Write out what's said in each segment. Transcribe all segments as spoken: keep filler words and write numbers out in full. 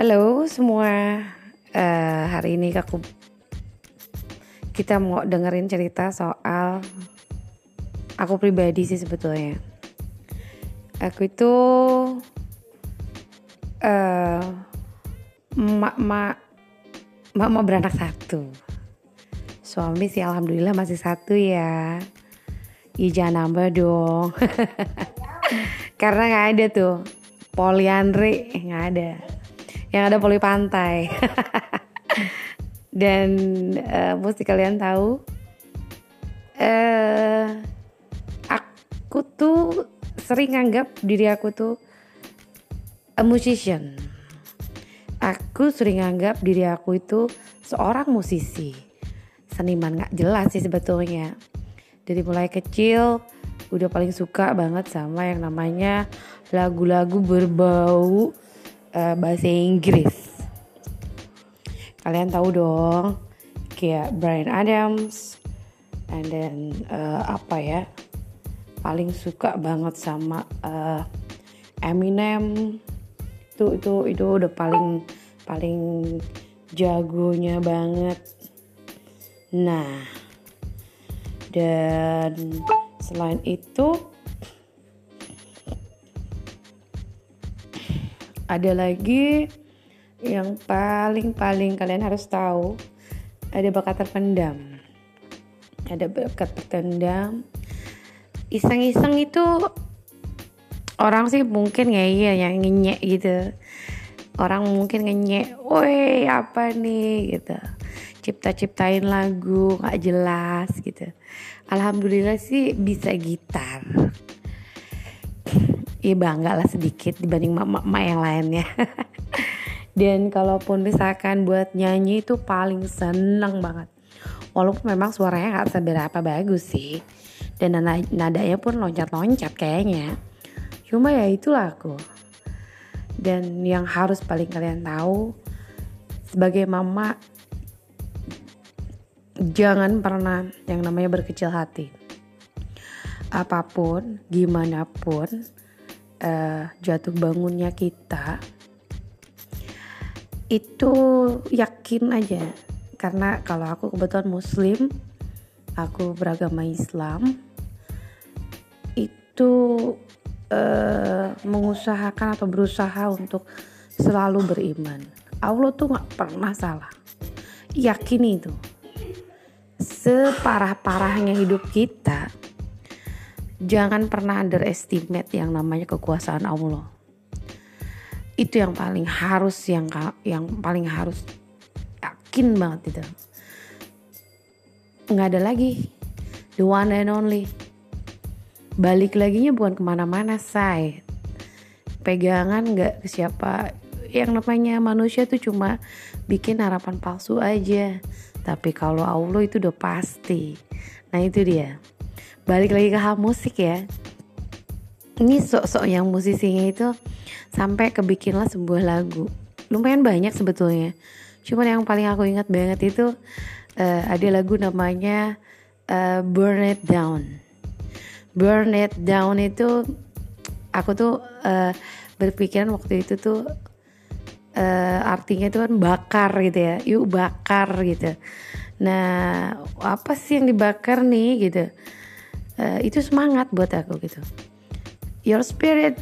Halo semua, Eh, hari ini aku kita mau dengerin cerita soal aku pribadi sih sebetulnya. Aku itu eh mak mak mama beranak satu. Suami sih alhamdulillah masih satu ya. Ih jangan nambah dong. Karena nggak ada tuh poliandri, nggak ada. Yang ada poli pantai. Dan uh, mesti kalian tahu, uh, aku tuh sering anggap diri aku tuh a musician. Aku sering anggap diri aku itu seorang musisi, seniman gak jelas sih sebetulnya. Dari mulai kecil udah paling suka banget sama yang namanya lagu-lagu berbau uh, bahasa Inggris. Kalian tahu dong, kayak Bryan Adams, and then uh, apa ya, paling suka banget sama uh, Eminem. Itu itu itu udah paling paling jagonya banget. Nah, dan selain itu ada lagi yang paling-paling kalian harus tahu, ada bakat terpendam. Ada bakat terpendam. Iseng-iseng itu orang sih mungkin ya iya yang ngenyek gitu. Orang mungkin ngenyek, woi apa nih gitu. Cipta-ciptain lagu gak jelas gitu. Alhamdulillah sih bisa gitar. Iya bangga lah sedikit dibanding mak-mak yang lainnya. Dan kalaupun misalkan buat nyanyi itu paling seneng banget. Walaupun memang suaranya gak seberapa bagus sih. Dan nadanya pun loncat-loncat kayaknya. Cuma ya itulah aku. Dan yang harus paling kalian tahu, sebagai mama, jangan pernah yang namanya berkecil hati. Apapun, gimana pun uh, jatuh bangunnya kita, itu yakin aja. Karena kalau aku kebetulan muslim, aku beragama Islam, itu uh, mengusahakan atau berusaha untuk selalu beriman. Allah tuh gak pernah salah. Yakin itu. Separah-parahnya hidup kita, jangan pernah underestimate yang namanya kekuasaan Allah. Itu yang paling harus yang yang paling harus yakin banget itu. Nggak ada lagi the one and only. Balik laginya bukan kemana-mana, say. Pegangan nggak ke siapa. Yang namanya manusia tuh cuma bikin harapan palsu aja. Tapi kalau Allah itu udah pasti. Nah itu dia. Balik lagi ke hal musik ya. Ini sok-sok yang musisinya itu sampai kebikinlah sebuah lagu. Lumayan banyak sebetulnya. Cuman yang paling aku ingat banget itu uh, ada lagu namanya uh, Burn It Down. Burn It Down itu aku tuh uh, berpikiran waktu itu tuh uh, artinya itu kan bakar gitu ya. Yuk bakar gitu. Nah apa sih yang dibakar nih gitu. Uh, itu semangat buat aku gitu. Your spirit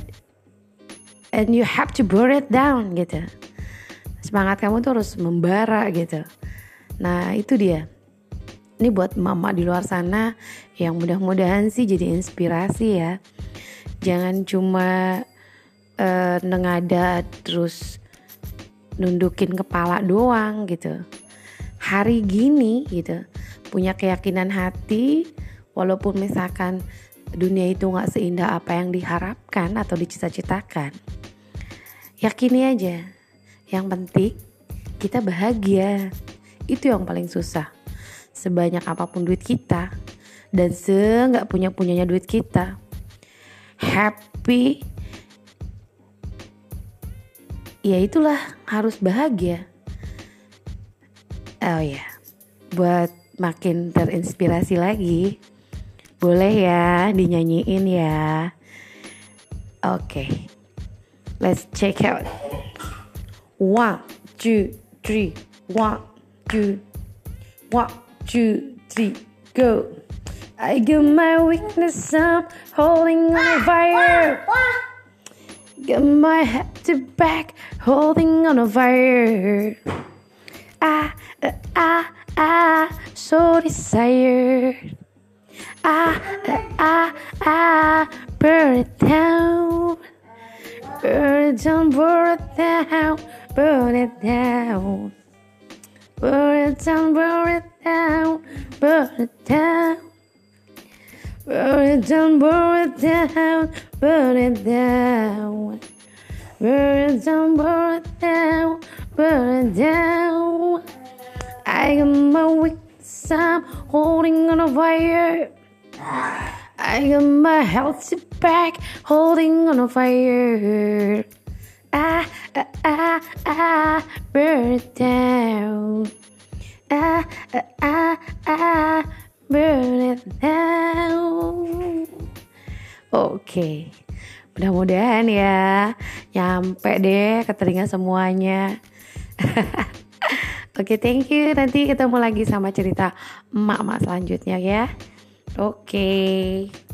and you have to burn it down gitu. Semangat kamu tuh harus membara gitu. Nah itu dia. Ini buat mama di luar sana yang mudah-mudahan sih jadi inspirasi ya. Jangan cuma uh, nengada terus nundukin kepala doang gitu. Hari gini gitu punya keyakinan hati, walaupun misalkan dunia itu gak seindah apa yang diharapkan atau dicita-citakan, yakini aja. Yang penting kita bahagia. Itu yang paling susah. Sebanyak apapun duit kita dan se-gak punya-punyanya duit kita, happy, ya itulah harus bahagia. Oh ya, buat makin terinspirasi lagi, boleh ya dinyanyiin ya. Oke, okay. Let's check out One, two, three. One, two. One, two, three. Go. I got my weakness, I'm holding on a fire. Got my head to back, holding on a fire. Ah, ah, ah, ah, so desired. Ah, ah, ah, ah, burn it down. Burn it down, burn it down, burn it down. Burn it down, burn it down, burn it down. Burn it down, burn it down, burn it down. Burn it down, burn it down, burn it down. I got my weakness, I'm holding on a fire. I got my health back, holding on a fire. Ah, ah, ah, ah, burn it down. Ah, ah, ah, ah, burn it down. Oke, mudah-mudahan ya nyampe deh ke telinga semuanya. Oke, thank you. Nanti ketemu lagi sama cerita emak-emak selanjutnya ya. Oke.